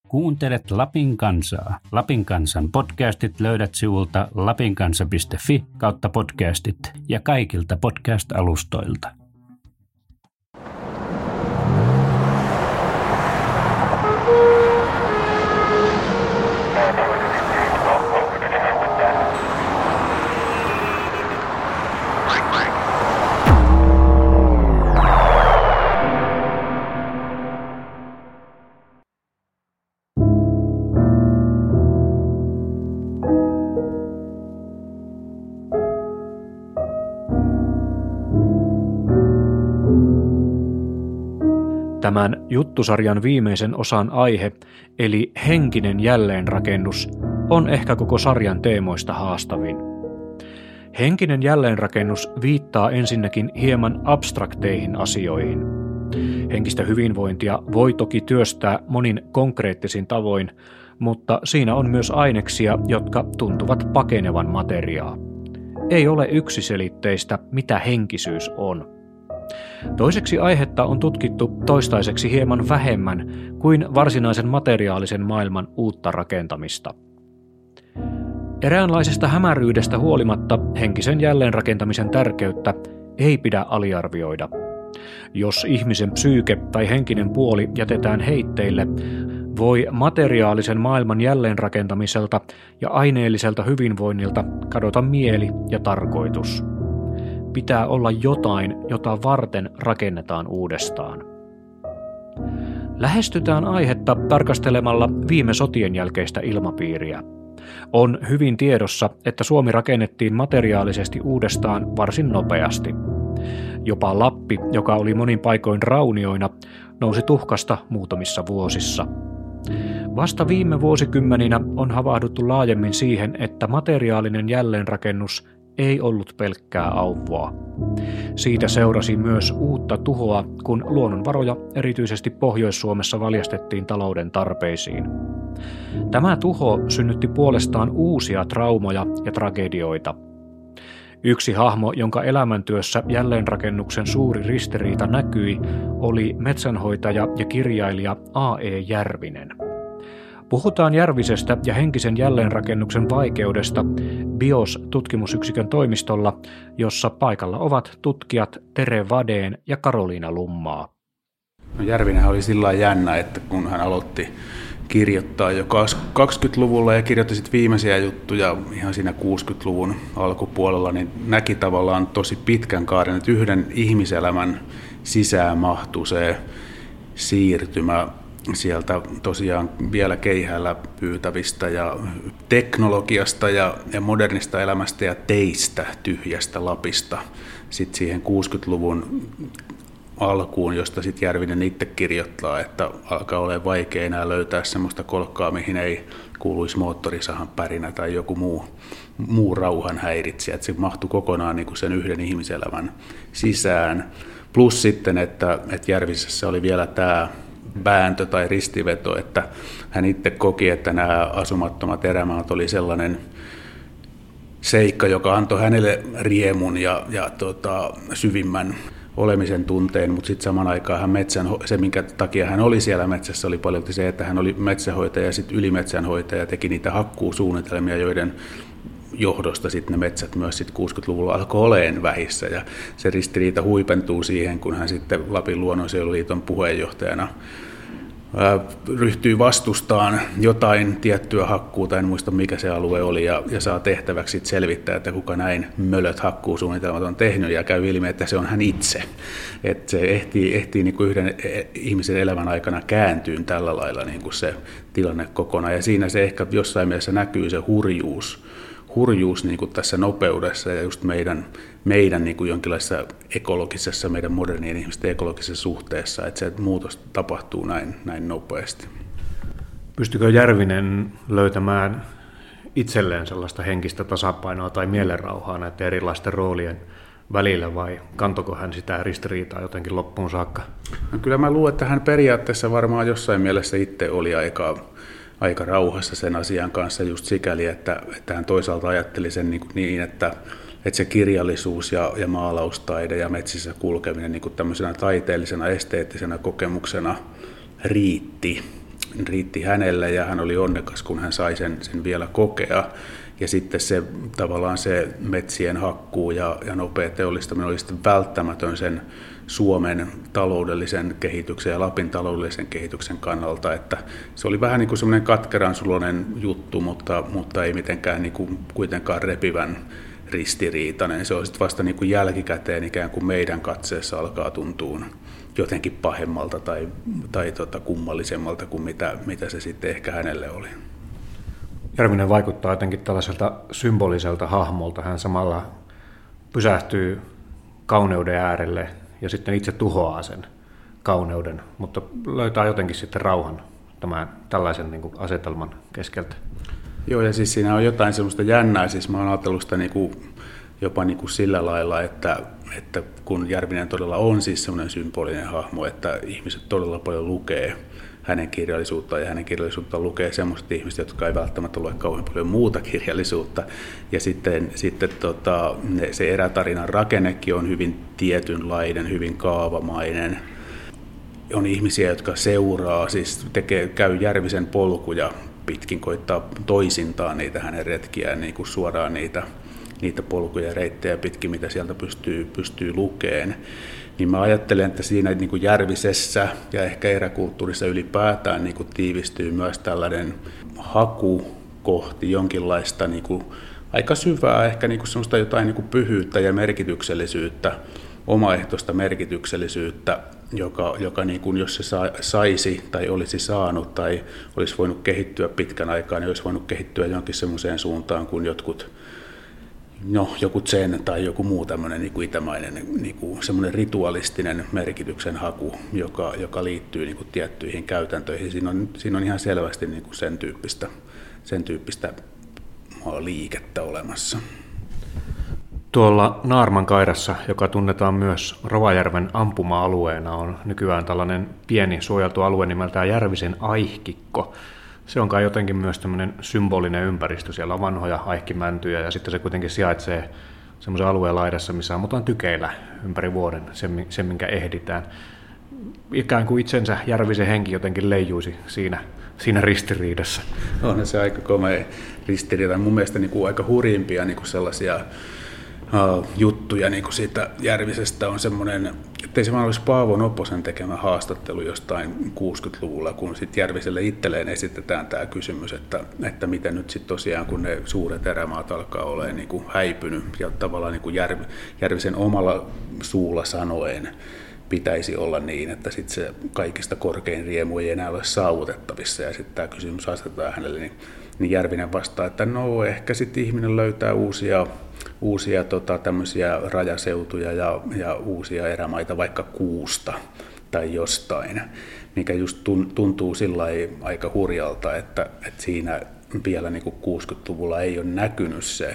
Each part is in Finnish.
Kuuntelet Lapin kansaa. Lapin kansan podcastit löydät sivulta lapinkansa.fi/podcastit ja kaikilta podcast-alustoilta. Tämän juttusarjan viimeisen osan aihe, eli henkinen jälleenrakennus, on ehkä koko sarjan teemoista haastavin. Henkinen jälleenrakennus viittaa ensinnäkin hieman abstrakteihin asioihin. Henkistä hyvinvointia voi toki työstää monin konkreettisin tavoin, mutta siinä on myös aineksia, jotka tuntuvat pakenevan materiaa. Ei ole yksiselitteistä, mitä henkisyys on. Toiseksi aihetta on tutkittu toistaiseksi hieman vähemmän kuin varsinaisen materiaalisen maailman uutta rakentamista. Eräänlaisesta hämäryydestä huolimatta henkisen jälleenrakentamisen tärkeyttä ei pidä aliarvioida. Jos ihmisen psyyke tai henkinen puoli jätetään heitteille, voi materiaalisen maailman jälleenrakentamiselta ja aineelliselta hyvinvoinnilta kadota mieli ja tarkoitus. Pitää olla jotain, jota varten rakennetaan uudestaan. Lähestytään aihetta tarkastelemalla viime sotien jälkeistä ilmapiiriä. On hyvin tiedossa, että Suomi rakennettiin materiaalisesti uudestaan varsin nopeasti. Jopa Lappi, joka oli monin paikoin raunioina, nousi tuhkasta muutamissa vuosissa. Vasta viime vuosikymmeninä on havahduttu laajemmin siihen, että materiaalinen jälleenrakennus ei ollut pelkkää auvoa. Siitä seurasi myös uutta tuhoa, kun luonnonvaroja erityisesti Pohjois-Suomessa valjastettiin talouden tarpeisiin. Tämä tuho synnytti puolestaan uusia traumoja ja tragedioita. Yksi hahmo, jonka elämäntyössä jälleenrakennuksen suuri ristiriita näkyi, oli metsänhoitaja ja kirjailija A.E. Järvinen. Puhutaan Järvisestä ja henkisen jälleenrakennuksen vaikeudesta BIOS-tutkimusyksikön toimistolla, jossa paikalla ovat tutkijat Tere Wadén ja Karoliina Lummaa. No Järvinenhän oli sillä lailla jännä, että kun hän aloitti kirjoittaa jo 20-luvulla ja kirjoitti sitten viimeisiä juttuja ihan siinä 60-luvun alkupuolella, niin näki tavallaan tosi pitkän kaaren, että yhden ihmiselämän sisään mahtui se siirtymä sieltä tosiaan vielä keihäällä pyytävistä ja teknologiasta ja modernista elämästä ja teistä tyhjästä Lapista sitten siihen 60-luvun alkuun, josta sitten Järvinen itse kirjoittaa, että alkaa olemaan vaikea enää löytää semmoista kolkkaa, mihin ei kuuluisi moottorisahan pärinä tai joku muu rauhan häiritsijä, että se mahtui kokonaan niin kuin sen yhden ihmiselämän sisään. Plus sitten, että Järvisessä oli vielä tämä vääntö tai ristiveto, että hän itse koki, että nämä asumattomat erämaat oli sellainen seikka, joka antoi hänelle riemun ja syvimmän olemisen tunteen, mutta sitten saman aikaan se, minkä takia hän oli siellä metsässä, oli paljon se, että hän oli metsänhoitaja ja sitten ylimetsänhoitaja teki niitä hakkuusuunnitelmia, joiden johdosta sitten ne metsät myös sitten 60-luvulla alkoi olemaan vähissä, ja se ristiriita huipentuu siihen, kun hän sitten Lapin luonnonsuojeluliiton puheenjohtajana ryhtyy vastustaan jotain tiettyä hakkuuta, en muista mikä se alue oli, ja saa tehtäväksi sitten selvittää, että kuka näin mölöt hakkuusuunnitelmat on tehnyt, ja käy ilmi, että se on hän itse. Että se ehtii niin kuin yhden ihmisen elämän aikana kääntyyn tällä lailla niin kuin se tilanne kokonaan, ja siinä se ehkä jossain mielessä näkyy se hurjuus niin kuin tässä nopeudessa ja just meidän niin kuin jonkinlaisessa ekologisessa, meidän modernien ihmisten ekologisessa suhteessa, että se muutos tapahtuu näin nopeasti. Pystykö Järvinen löytämään itselleen sellaista henkistä tasapainoa tai mielenrauhaa näiden erilaisten roolien välillä, vai kantoko hän sitä ristiriitaa jotenkin loppuun saakka? No kyllä mä luulen, että hän periaatteessa varmaan jossain mielessä itse oli aika rauhassa sen asian kanssa just sikäli, että hän toisaalta ajatteli sen niin että se kirjallisuus ja maalaustaide ja metsissä kulkeminen niin kuin tämmöisenä taiteellisena, esteettisenä kokemuksena riitti. riitti hänelle ja hän oli onnekas, kun hän sai sen vielä kokea. Ja sitten se tavallaan se metsien hakkuu ja nopea teollistaminen oli sitten välttämätön sen Suomen taloudellisen kehityksen ja Lapin taloudellisen kehityksen kannalta, että se oli vähän niin kuin semmoinen katkeransuloinen juttu, mutta ei mitenkään niin kuin kuitenkaan repivän ristiriitainen. Se on sitten vasta niin kuin jälkikäteen ikään kuin meidän katseessa alkaa tuntua jotenkin pahemmalta tai kummallisemmalta kuin mitä se sitten ehkä hänelle oli. Järvinen vaikuttaa jotenkin tällaiselta symboliselta hahmolta. Hän samalla pysähtyy kauneuden äärelle ja sitten itse tuhoaa sen kauneuden, mutta löytää jotenkin sitten rauhan tällaisen niin kuin asetelman keskeltä. Joo, ja siis siinä on jotain semmoista jännää. Siis mä oon ajatellut sitä jopa sillä lailla, että kun Järvinen todella on siis semmoinen symbolinen hahmo, että ihmiset todella paljon lukee hänen kirjallisuuttaan, ja hänen kirjallisuuttaan lukee semmoiset ihmiset, jotka ei välttämättä lue kauhean paljon muuta kirjallisuutta. Ja sitten se erätarinan rakennekin on hyvin tietynlainen, hyvin kaavamainen. On ihmisiä, jotka seuraa, siis käy Järvisen polkuja pitkin, koittaa toisintaan niitä hänen retkiään, niin kuin suoraan niitä polkuja ja reittejä pitkin, mitä sieltä pystyy lukeen. Niin mä ajattelen, että siinä niin kuin Järvisessä ja ehkä eräkulttuurissa ylipäätään niin kuin tiivistyy myös tällainen haku kohti jonkinlaista niin kuin aika syvää, ehkä niin kuin semmoista jotain niin kuin pyhyyttä ja merkityksellisyyttä, omaehtoista merkityksellisyyttä, joka niin kuin, jos se saisi tai olisi saanut tai olisi voinut kehittyä pitkän aikaa, niin olisi voinut kehittyä jonkin semmoiseen suuntaan kuin joku zen tai joku muu tämmöinen niin kuin itämainen niin kuin semmoinen ritualistinen merkityksen haku, joka liittyy niin kuin tiettyihin käytäntöihin. Siinä on ihan selvästi niin kuin sen tyyppistä liikettä olemassa. Tuolla Naarmankairassa, joka tunnetaan myös Rovajärven ampuma-alueena, on nykyään tällainen pieni suojeltu alue nimeltään Järvisen aihkikko. Se on kai jotenkin myös tämmöinen symbolinen ympäristö. Siellä on vanhoja aihkimäntyjä ja sitten se kuitenkin sijaitsee semmoisen alueen laidassa, missä ammutaan tykeillä ympäri vuoden, sen minkä ehditään. Ikään kuin itsensä Järvisen henki jotenkin leijuisi siinä ristiriidassa. On se aika komea ristiriita. Mun mielestä niin kuin aika hurjimpia niin kuin sellaisia juttuja niin kuin siitä Järvisestä on semmoinen, ettei se vaan olisi Paavo Noposen tekemä haastattelu jostain 60-luvulla, kun sitten Järviselle itselleen esitetään tämä kysymys, että miten nyt sitten tosiaan, kun ne suuret erämaat alkaa olemaan niin kuin häipynyt ja tavallaan niin kuin Järvisen omalla suulla sanoen pitäisi olla niin, että sitten se kaikista korkein riemu ei enää ole saavutettavissa ja sitten tämä kysymys asetetaan hänelle, niin Järvinen vastaa, että no ehkä sitten ihminen löytää uusia tämmöisiä rajaseutuja ja uusia erämaita vaikka kuusta tai jostain, mikä just tuntuu sillai aika hurjalta, että siinä vielä niin kuin 60-luvulla ei ole näkynyt se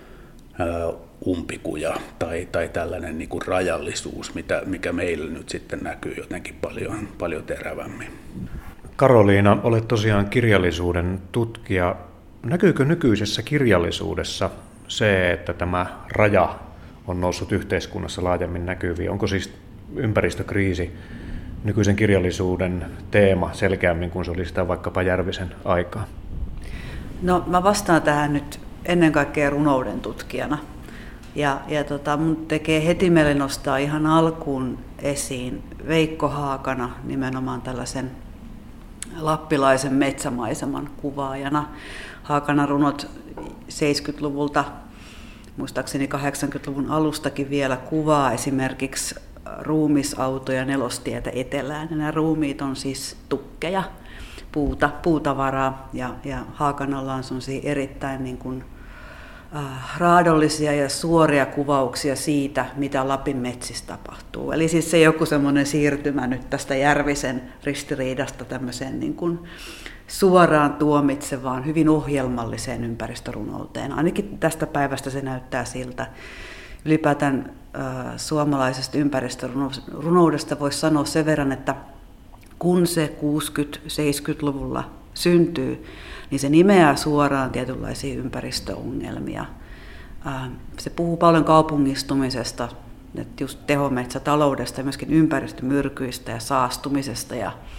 umpikuja tai tällainen niin kuin rajallisuus, mikä meillä nyt sitten näkyy jotenkin paljon terävämmin. Karoliina, olet tosiaan kirjallisuuden tutkija. Näkyykö nykyisessä kirjallisuudessa se, että tämä raja on noussut yhteiskunnassa laajemmin näkyviin? Onko siis ympäristökriisi nykyisen kirjallisuuden teema selkeämmin kuin se oli sitä vaikkapa Järvisen aikaa? No mä vastaan tähän nyt ennen kaikkea runouden tutkijana. Ja mun tekee heti mieli nostaa ihan alkuun esiin Veikko Haakana nimenomaan tällaisen lappilaisen metsämaiseman kuvaajana. Haakanan runot 70-luvulta, muistaakseni 80-luvun alustakin vielä kuvaa esimerkiksi ruumisautoja nelostietä etelään. Ja nämä ruumiit on siis tukkeja, puutavaraa ja Haakanalla on sellaisia erittäin niin kuin, raadollisia ja suoria kuvauksia siitä, mitä Lapin metsissä tapahtuu. Eli siis se joku semmoinen siirtymä nyt tästä Järvisen ristiriidasta tämmöiseen niin kuin suoraan tuomitsevaan, hyvin ohjelmalliseen ympäristörunouteen. Ainakin tästä päivästä se näyttää siltä. Ylipäätään suomalaisesta ympäristörunoudesta voisi sanoa sen verran, että kun se 60-70-luvulla syntyy, niin se nimeää suoraan tietynlaisia ympäristöongelmia. Se puhuu paljon kaupungistumisesta, just tehometsätaloudesta ja myöskin ympäristömyrkyistä ja saastumisesta. Ja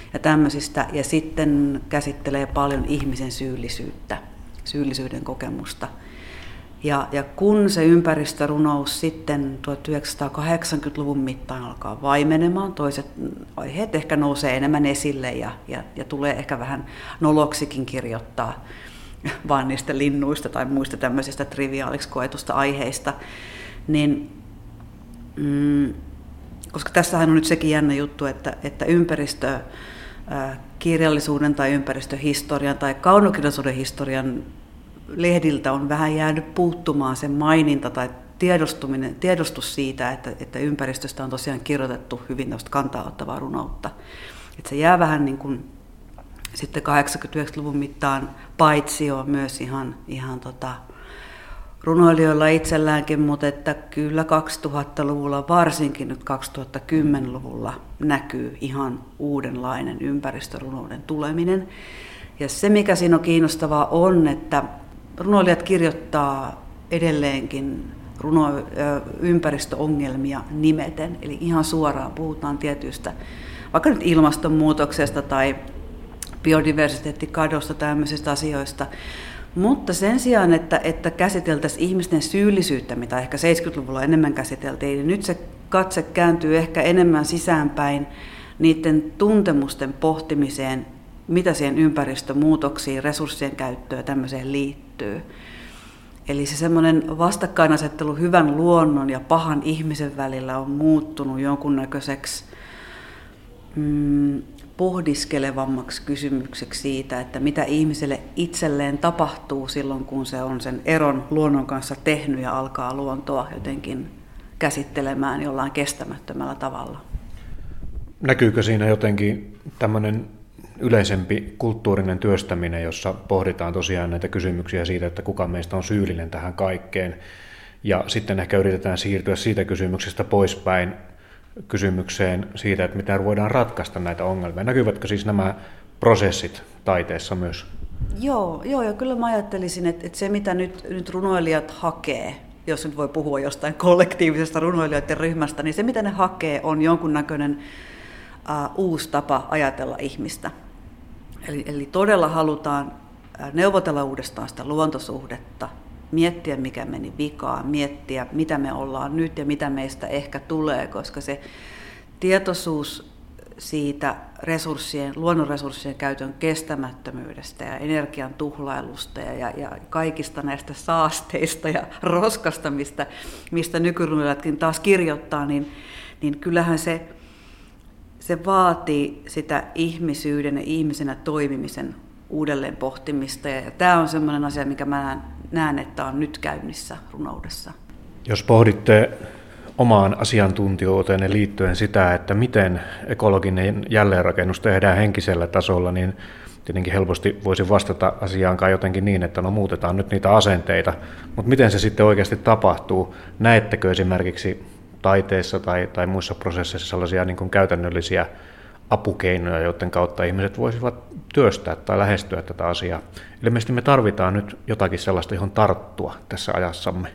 ja tämmöisistä, ja sitten käsittelee paljon ihmisen syyllisyyden kokemusta. Ja kun se ympäristörunous sitten 1980-luvun mittaan alkaa vaimenemaan, toiset aiheet ehkä nousee enemmän esille ja tulee ehkä vähän noloksikin kirjoittaa vaan niistä linnuista tai muista tämmöisistä triviaaliksi koetusta aiheista, niin koska tässähän on nyt sekin jännä juttu, että ympäristökirjallisuuden tai ympäristöhistorian tai kaunokirjallisuuden historian lehdiltä on vähän jäänyt puuttumaan sen maininta tai tiedostus siitä, että ympäristöstä on tosiaan kirjoitettu hyvin kantaa ottavaa runoutta. Että se jää vähän niin kuin sitten 80-90-luvun mittaan paitsioon myös ihan runoilijoilla itselläänkin, mutta että kyllä 2000-luvulla, varsinkin nyt 2010-luvulla näkyy ihan uudenlainen ympäristörunouden tuleminen. Ja se, mikä siinä on kiinnostavaa, on, että runoilijat kirjoittaa edelleenkin ympäristöongelmia nimeten, eli ihan suoraan puhutaan tietyistä, vaikka nyt ilmastonmuutoksesta tai biodiversiteettikadosta, tämmöisistä asioista. Mutta sen sijaan, että käsiteltäisiin ihmisten syyllisyyttä, mitä ehkä 70-luvulla enemmän käsiteltiin, niin nyt se katse kääntyy ehkä enemmän sisäänpäin niiden tuntemusten pohtimiseen, mitä siihen ympäristömuutoksiin, resurssien käyttöön tämmöiseen liittyy. Eli se semmoinen vastakkainasettelu hyvän luonnon ja pahan ihmisen välillä on muuttunut jonkunnäköiseksi pohdiskelevammaksi kysymykseksi siitä, että mitä ihmiselle itselleen tapahtuu silloin, kun se on sen eron luonnon kanssa tehnyt ja alkaa luontoa jotenkin käsittelemään jollain kestämättömällä tavalla. Näkyykö siinä jotenkin tämmöinen yleisempi kulttuurinen työstäminen, jossa pohditaan tosiaan näitä kysymyksiä siitä, että kuka meistä on syyllinen tähän kaikkeen, ja sitten ehkä yritetään siirtyä siitä kysymyksestä poispäin kysymykseen siitä, että miten voidaan ratkaista näitä ongelmia. Näkyvätkö siis nämä prosessit taiteessa myös? Joo, ja kyllä mä ajattelisin, että se mitä nyt runoilijat hakee, jos nyt voi puhua jostain kollektiivisesta runoilijoiden ryhmästä, niin se mitä ne hakee on jonkunnäköinen uusi tapa ajatella ihmistä. Eli todella halutaan neuvotella uudestaan sitä luontosuhdetta, miettiä mikä meni vikaan, miettiä mitä me ollaan nyt ja mitä meistä ehkä tulee, koska se tietoisuus siitä luonnonresurssien käytön kestämättömyydestä ja energian tuhlailusta ja kaikista näistä saasteista ja roskasta, mistä nykyrunoilijatkin taas kirjoittaa, niin kyllähän se vaatii sitä ihmisyyden ja ihmisenä toimimisen uudelleen pohtimista. Ja tämä on sellainen asia, mikä mä näen, että on nyt käynnissä runoudessa. Jos pohditte omaan asiantuntijuuteen liittyen sitä, että miten ekologinen jälleenrakennus tehdään henkisellä tasolla, niin tietenkin helposti voisin vastata asiaankaan jotenkin niin, että no muutetaan nyt niitä asenteita. Mutta miten se sitten oikeasti tapahtuu? Näettekö esimerkiksi taiteessa tai muissa prosesseissa sellaisia niin kuin käytännöllisiä apukeinoja, joiden kautta ihmiset voisivat työstää tai lähestyä tätä asiaa? Ilmeisesti me tarvitaan nyt jotakin sellaista, johon tarttua tässä ajassamme.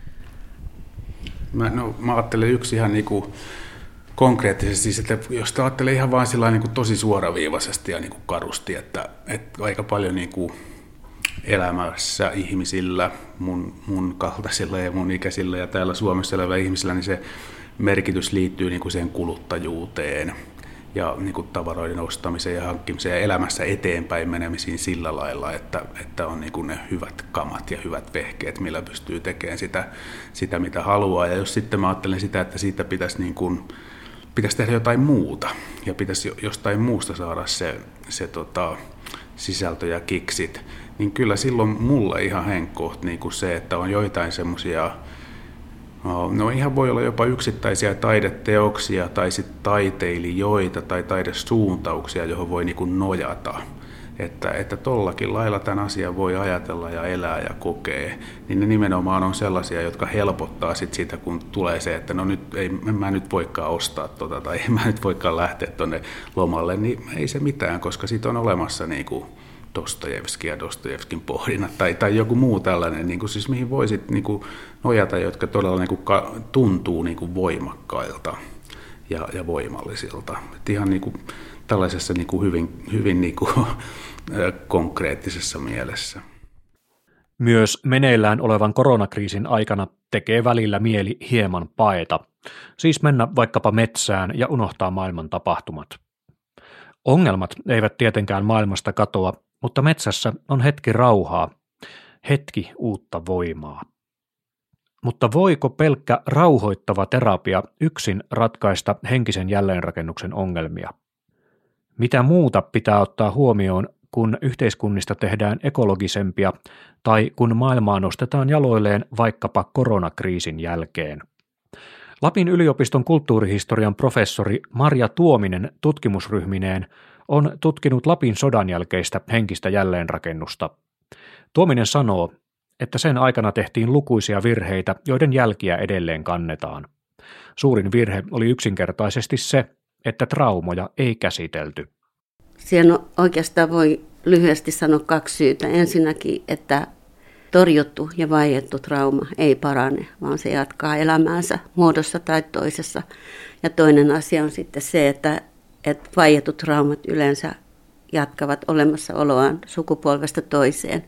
Mä ajattelen yksi ihan niin kuin konkreettisesti, että jos ajattelee ihan vaan sillä niin kuin tosi suoraviivaisesti ja niin kuin karusti, että aika paljon niin kuin elämässä ihmisillä, mun kaltaisilla ja mun ikäisillä ja täällä Suomessa elävillä ihmisillä, niin se merkitys liittyy niin kuin siihen kuluttajuuteen ja niin kuin tavaroiden ostamiseen ja hankkimiseen ja elämässä eteenpäin menemisiin sillä lailla, että on niin kuin ne hyvät kamat ja hyvät vehkeet, millä pystyy tekemään sitä mitä haluaa. Ja jos sitten mä ajattelen sitä, että siitä pitäisi tehdä jotain muuta ja pitäisi jostain muusta saada se sisältö ja kiksit, niin kyllä silloin mulle ihan henkkoht niin kuin se, että on joitain semmoisia, no ihan voi olla jopa yksittäisiä taideteoksia tai sitten taiteilijoita tai taidesuuntauksia, johon voi niin kuin nojata. Että tollakin lailla tämän asian voi ajatella ja elää ja kokee, niin ne nimenomaan on sellaisia, jotka helpottaa sit sitä, kun tulee se, että no nyt en mä nyt voikaan ostaa tai en mä nyt voikaan lähteä tuonne lomalle, niin ei se mitään, koska siitä on olemassa niin kuin Dostojevski ja Dostojevskin pohdinnat tai joku muu tällainen, niin kuin siis mihin voisit niin kuin nojata, jotka todella niin kuin tuntuu niin kuin voimakkailta ja voimallisilta. Et ihan niin kuin tällaisessa niin kuin hyvin niin kuin konkreettisessa mielessä. Myös meneillään olevan koronakriisin aikana tekee välillä mieli hieman paeta, siis mennä vaikkapa metsään ja unohtaa maailman tapahtumat. Ongelmat eivät tietenkään maailmasta katoa, mutta metsässä on hetki rauhaa, hetki uutta voimaa. Mutta voiko pelkkä rauhoittava terapia yksin ratkaista henkisen jälleenrakennuksen ongelmia? Mitä muuta pitää ottaa huomioon, kun yhteiskunnista tehdään ekologisempia tai kun maailmaa nostetaan jaloilleen vaikkapa koronakriisin jälkeen? Lapin yliopiston kulttuurihistorian professori Marja Tuominen tutkimusryhmineen on tutkinut Lapin sodan jälkeistä henkistä jälleenrakennusta. Tuominen sanoo, että sen aikana tehtiin lukuisia virheitä, joiden jälkiä edelleen kannetaan. Suurin virhe oli yksinkertaisesti se, että traumoja ei käsitelty. Siihen oikeastaan voi lyhyesti sanoa 2 syytä. Ensinnäkin, että torjuttu ja vaiettu trauma ei parane, vaan se jatkaa elämäänsä muodossa tai toisessa. Ja toinen asia on sitten se, että vaietut traumat yleensä jatkavat olemassaoloaan sukupolvesta toiseen.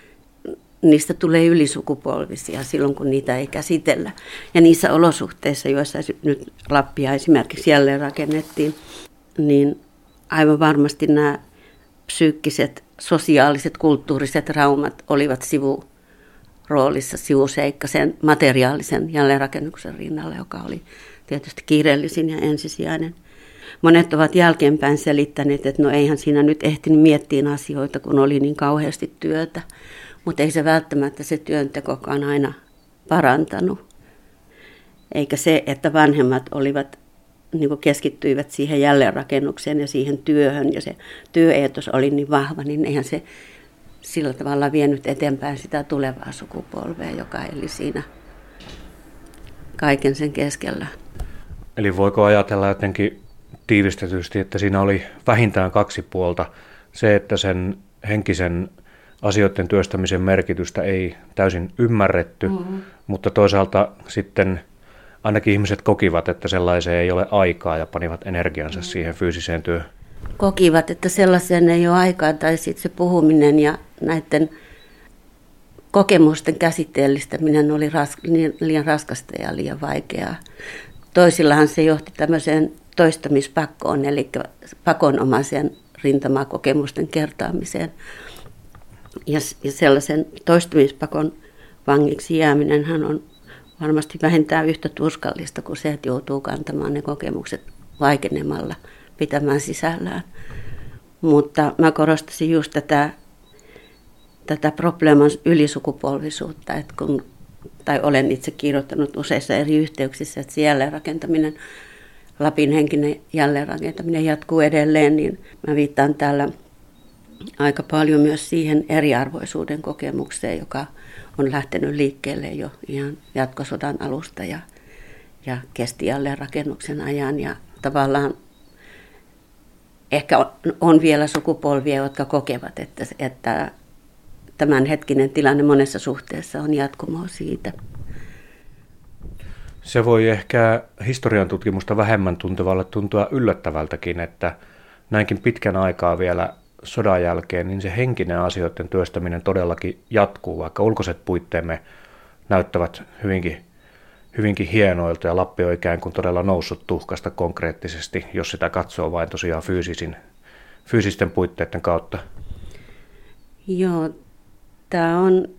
Niistä tulee ylisukupolvisia silloin, kun niitä ei käsitellä. Ja niissä olosuhteissa, joissa nyt Lappia esimerkiksi jälleen rakennettiin, niin aivan varmasti nämä psyykkiset, sosiaaliset, kulttuuriset traumat olivat sivuroolissa, sivuseikka sen materiaalisen jälleenrakennuksen rinnalla, joka oli tietysti kiireellisin ja ensisijainen. Monet ovat jälkeenpäin selittäneet, että no eihän siinä nyt ehtinyt miettiä asioita, kun oli niin kauheasti työtä. Mutta ei se välttämättä se työntekokaan aina parantanut. Eikä se, että vanhemmat olivat, niin keskittyivät siihen jälleenrakennukseen ja siihen työhön ja se työeetos oli niin vahva, niin eihän se sillä tavalla vienyt eteenpäin sitä tulevaa sukupolvea, joka eli siinä kaiken sen keskellä. Eli voiko ajatella jotenkin tiivistetysti, että siinä oli vähintään 2 puolta. Se, että sen henkisen asioiden työstämisen merkitystä ei täysin ymmärretty, mutta toisaalta sitten ainakin ihmiset kokivat, että sellaiseen ei ole aikaa ja panivat energiansa siihen fyysiseen työhön. Kokivat, että sellaiseen ei ole aikaa tai sitten se puhuminen ja näiden kokemusten käsitteellistäminen oli liian raskasta ja liian vaikeaa. Toisillahan se johti tämmöiseen toistamispakkoon, eli pakonomaiseen rintamakokemusten kertaamiseen. Ja sellaisen toistamispakon vangiksi jääminenhän on varmasti vähintään yhtä tuskallista kuin se, että joutuu kantamaan ne kokemukset vaikenemalla, pitämään sisällään. Mutta mä korostaisin just tätä probleeman ylisukupolvisuutta, että olen itse kirjoittanut useissa eri yhteyksissä, että se jälleenrakentaminen, Lapin henkinen jälleenrakentaminen jatkuu edelleen, niin mä viittaan täällä aika paljon myös siihen eriarvoisuuden kokemukseen, joka on lähtenyt liikkeelle jo ihan jatkosodan alusta ja kesti jälleenrakennuksen ajan. Ja tavallaan ehkä on vielä sukupolvia, jotka kokevat, että tämänhetkinen tilanne monessa suhteessa on jatkumoa siitä. Se voi ehkä historian tutkimusta vähemmän tuntevalle tuntua yllättävältäkin, että näinkin pitkän aikaa vielä sodan jälkeen, niin se henkinen asioiden työstäminen todellakin jatkuu, vaikka ulkoiset puitteemme näyttävät hyvinkin hienoilta ja Lappi on ikään kuin todella noussut tuhkasta konkreettisesti, jos sitä katsoo vain tosiaan fyysisten puitteiden kautta. Joo, tämä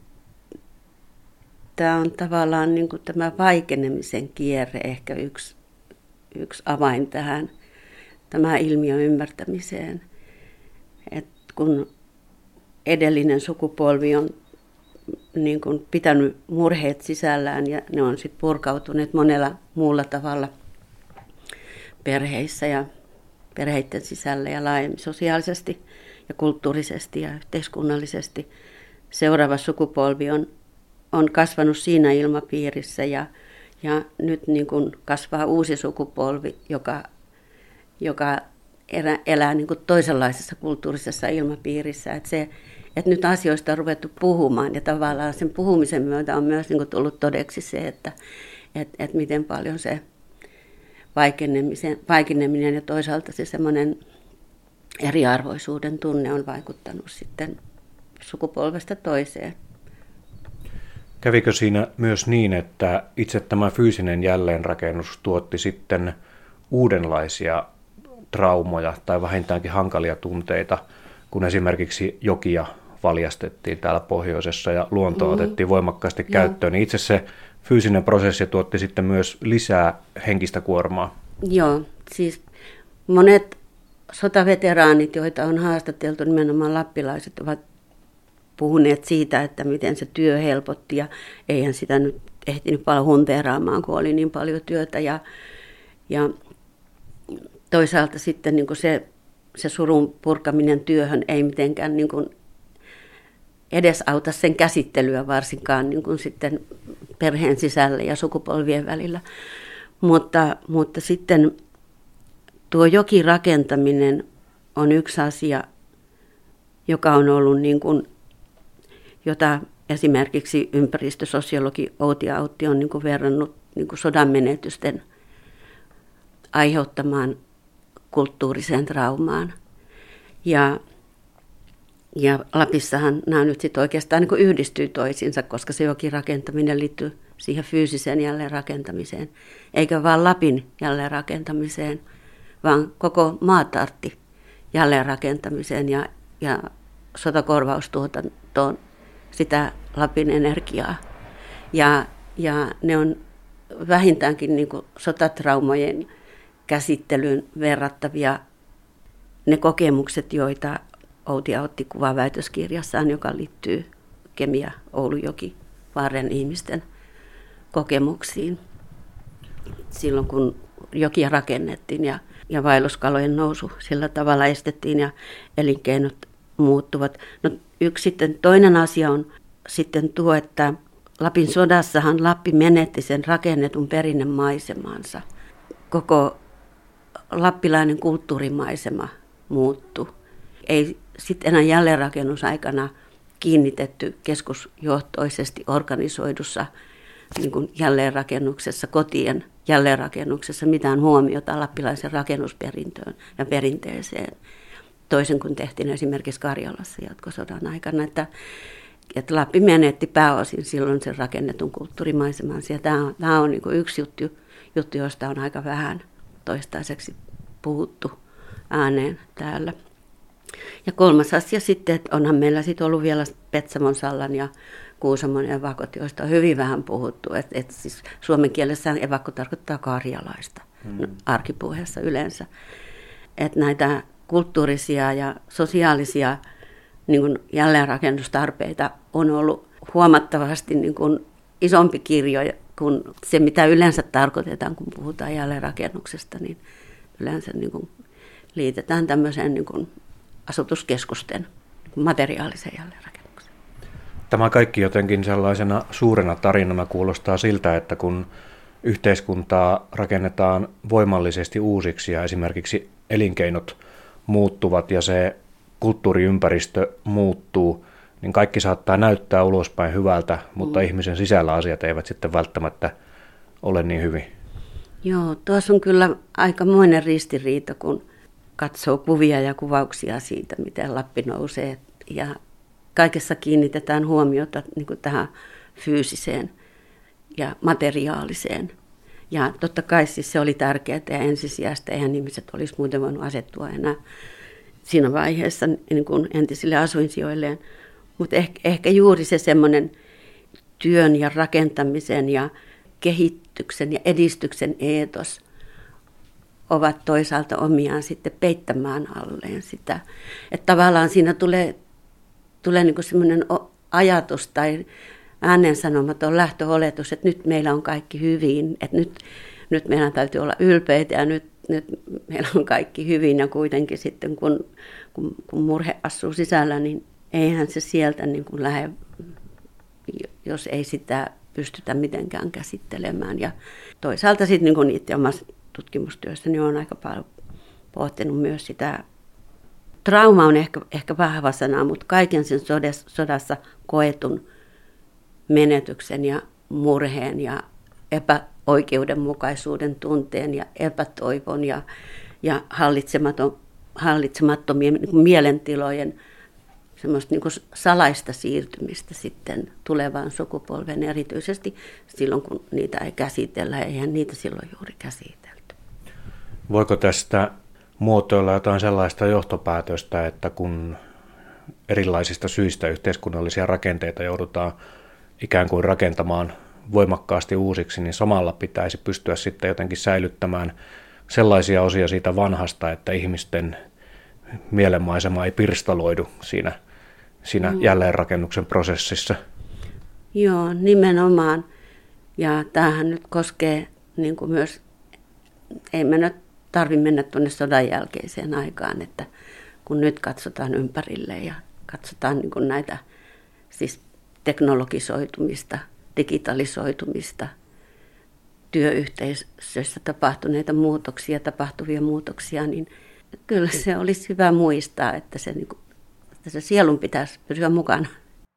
on tavallaan niin kuin tämä vaikenemisen kierre ehkä yksi avain tähän tämä ilmiön ymmärtämiseen. Et kun edellinen sukupolvi on niin kuin pitänyt murheet sisällään ja ne on sitten purkautuneet monella muulla tavalla perheissä ja perheiden sisällä ja laajemmin sosiaalisesti ja kulttuurisesti ja yhteiskunnallisesti. Seuraava sukupolvi on kasvanut siinä ilmapiirissä ja nyt niin kuin kasvaa uusi sukupolvi, joka elää niin kuin toisenlaisessa kulttuurisessa ilmapiirissä. Että nyt asioista on ruvettu puhumaan ja tavallaan sen puhumisen myötä on myös niin kuin tullut todeksi se, että miten paljon se vaikeneminen ja toisaalta se semmoinen eriarvoisuuden tunne on vaikuttanut sitten sukupolvesta toiseen. Kävikö siinä myös niin, että itse tämä fyysinen jälleenrakennus tuotti sitten uudenlaisia traumoja tai vähintäänkin hankalia tunteita, kun esimerkiksi jokia valjastettiin täällä pohjoisessa ja luontoa otettiin voimakkaasti käyttöön, niin itse se fyysinen prosessi tuotti sitten myös lisää henkistä kuormaa? Joo, siis monet sotaveteraanit, joita on haastateltu, nimenomaan lappilaiset, ovat puhuneet siitä, että miten se työ helpotti ja eihän sitä nyt ehtinyt paljon hunteeraamaan, kun oli niin paljon työtä ja toisaalta sitten niin kuin se surun purkaminen työhön ei mitenkään niin kuin edesauta sen käsittelyä varsinkaan niin kuin sitten perheen sisällä ja sukupolvien välillä. Mutta sitten tuo jokirakentaminen on yksi asia, joka on ollut niin kuin, jota esimerkiksi ympäristösosiologi Outi Autti on niin kuin verrannut niin kuin sodan menetysten aiheuttamaan kulttuuriseen traumaan. Ja Lapissahan nämä nyt sitten oikeastaan niin kuin yhdistyy toisiinsa, koska se jokirakentaminen liittyy siihen fyysiseen jälleenrakentamiseen, eikä vaan Lapin jälleenrakentamiseen, vaan koko maatartti jälleenrakentamiseen ja sotakorvaustuotantoon sitä Lapin energiaa. Ja ne on vähintäänkin niin kuin sotatraumojen käsittelyyn verrattavia ne kokemukset, joita Outi Autti kuvaa väitöskirjassaan, joka liittyy Kemia-Oulujoki-varren ihmisten kokemuksiin. Silloin kun jokia rakennettiin ja vaelluskalojen nousu sillä tavalla estettiin ja elinkeinot muuttuvat. No, toinen asia on sitten tuo, että Lapin sodassahan Lappi menetti sen rakennetun perinnemaisemansa. Koko lappilainen kulttuurimaisema muuttui. Ei sitten enää jälleenrakennusaikana kiinnitetty keskusjohtoisesti organisoidussa niin kuin jälleenrakennuksessa, kotien jälleenrakennuksessa mitään huomiota lappilaisen rakennusperintöön ja perinteeseen, toisin kuin tehtiin esimerkiksi Karjalassa jatkosodan aikana, että Lappi menetti pääosin silloin sen rakennetun kulttuurimaisemansa. Ja tämä on niin kuin yksi juttu, josta on aika vähän toistaiseksi puhuttu ääneen täällä. Ja kolmas asia sitten, että onhan meillä sitten ollut vielä Petsamon, Sallan ja Kuusamon evakot, joista on hyvin vähän puhuttu. Että siis suomen kielessä evakko tarkoittaa karjalaista arkipuheessa yleensä. Että näitä kulttuurisia ja sosiaalisia niin kuin jälleenrakennustarpeita on ollut huomattavasti niin kuin isompi kirjo kuin se, mitä yleensä tarkoitetaan, kun puhutaan jälleenrakennuksesta, niin yleensä niin kuin liitetään tämmöiseen niin kuin asutuskeskusten materiaaliseen jälleenrakennukseen. Tämä kaikki jotenkin sellaisena suurena tarinana kuulostaa siltä, että kun yhteiskuntaa rakennetaan voimallisesti uusiksi ja esimerkiksi elinkeinot muuttuvat ja se kulttuuriympäristö muuttuu, niin kaikki saattaa näyttää ulospäin hyvältä, mutta ihmisen sisällä asiat eivät sitten välttämättä ole niin hyvin. Joo, tuossa on kyllä aikamoinen ristiriita, kun katsoo kuvia ja kuvauksia siitä, miten Lappi nousee. Ja kaikessa kiinnitetään huomiota niin kuin tähän fyysiseen ja materiaaliseen. Ja totta kai siis se oli tärkeää ja ensisijaista. Eihän ihmiset olisi muuten voinut asettua enää siinä vaiheessa niin kuin entisille asuinsijoilleen. Mutta ehkä juuri se semmoinen työn ja rakentamisen ja kehityksen ja edistyksen eetos ovat toisaalta omiaan sitten peittämään alleen sitä. Että tavallaan siinä tulee niin kuin semmoinen ajatus tai ääneen sanomaton lähtöoletus, että nyt meillä on kaikki hyvin, että nyt meidän täytyy olla ylpeitä ja nyt meillä on kaikki hyvin ja kuitenkin sitten kun murhe asuu sisällä, niin eihän se sieltä niin kuin lähde, jos ei sitä pystytä mitenkään käsittelemään. Ja toisaalta sitten niin kuin itse omassa tutkimustyössäni olen aika paljon pohtinut myös sitä. Trauma on ehkä vahva sana, mutta kaiken sen sodassa koetun menetyksen ja murheen ja epäoikeudenmukaisuuden tunteen ja epätoivon ja hallitsematon hallitsemattomien niin kuin mielentilojen semmoista niin kuin salaista siirtymistä sitten tulevaan sukupolven, erityisesti silloin, kun niitä ei käsitellä, eihän niitä silloin juuri käsitelty. Voiko tästä muotoilla jotain sellaista johtopäätöstä, että kun erilaisista syistä yhteiskunnallisia rakenteita joudutaan ikään kuin rakentamaan voimakkaasti uusiksi, niin samalla pitäisi pystyä sitten jotenkin säilyttämään sellaisia osia siitä vanhasta, että ihmisten mielenmaisema ei pirstaloidu siinä jälleenrakennuksen prosessissa. Joo, nimenomaan. Ja tämähän nyt koskee niin kuin myös, ei me nyt tarvitse mennä tuonne sodan jälkeiseen aikaan, että kun nyt katsotaan ympärille ja katsotaan niin kuin näitä siis teknologisoitumista, digitalisoitumista, työyhteisössä tapahtuvia muutoksia, niin kyllä se olisi hyvä muistaa, että se sielun pitäisi pysyä mukana.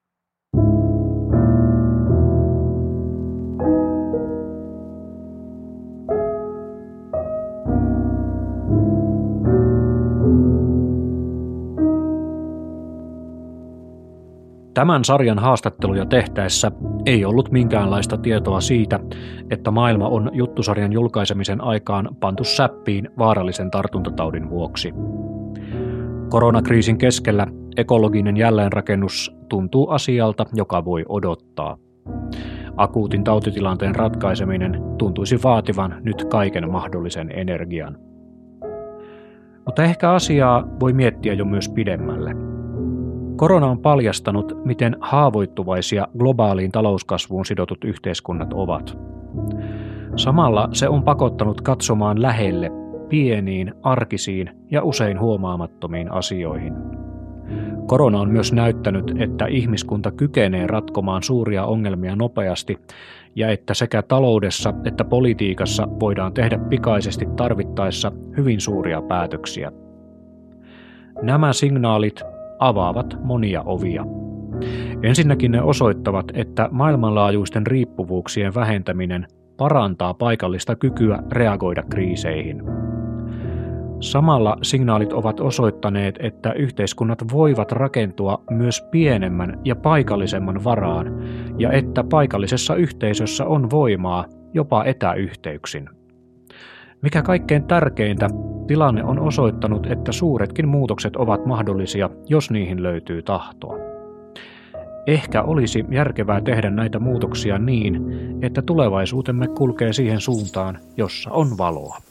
Tämän sarjan haastatteluja tehtäessä ei ollut minkäänlaista tietoa siitä, että maailma on juttusarjan julkaisemisen aikaan pantu säppiin vaarallisen tartuntataudin vuoksi. Koronakriisin keskellä ekologinen jälleenrakennus tuntuu asialta, joka voi odottaa. Akuutin tautitilanteen ratkaiseminen tuntuisi vaativan nyt kaiken mahdollisen energian. Mutta ehkä asiaa voi miettiä jo myös pidemmälle. Korona on paljastanut, miten haavoittuvaisia globaaliin talouskasvuun sidotut yhteiskunnat ovat. Samalla se on pakottanut katsomaan lähelle pieniin, arkisiin ja usein huomaamattomiin asioihin. Korona on myös näyttänyt, että ihmiskunta kykenee ratkomaan suuria ongelmia nopeasti ja että sekä taloudessa että politiikassa voidaan tehdä pikaisesti tarvittaessa hyvin suuria päätöksiä. Nämä signaalit avaavat monia ovia. Ensinnäkin ne osoittavat, että maailmanlaajuisten riippuvuuksien vähentäminen parantaa paikallista kykyä reagoida kriiseihin. Samalla signaalit ovat osoittaneet, että yhteiskunnat voivat rakentua myös pienemmän ja paikallisemman varaan, ja että paikallisessa yhteisössä on voimaa jopa etäyhteyksin. Mikä kaikkein tärkeintä, tilanne on osoittanut, että suuretkin muutokset ovat mahdollisia, jos niihin löytyy tahtoa. Ehkä olisi järkevää tehdä näitä muutoksia niin, että tulevaisuutemme kulkee siihen suuntaan, jossa on valoa.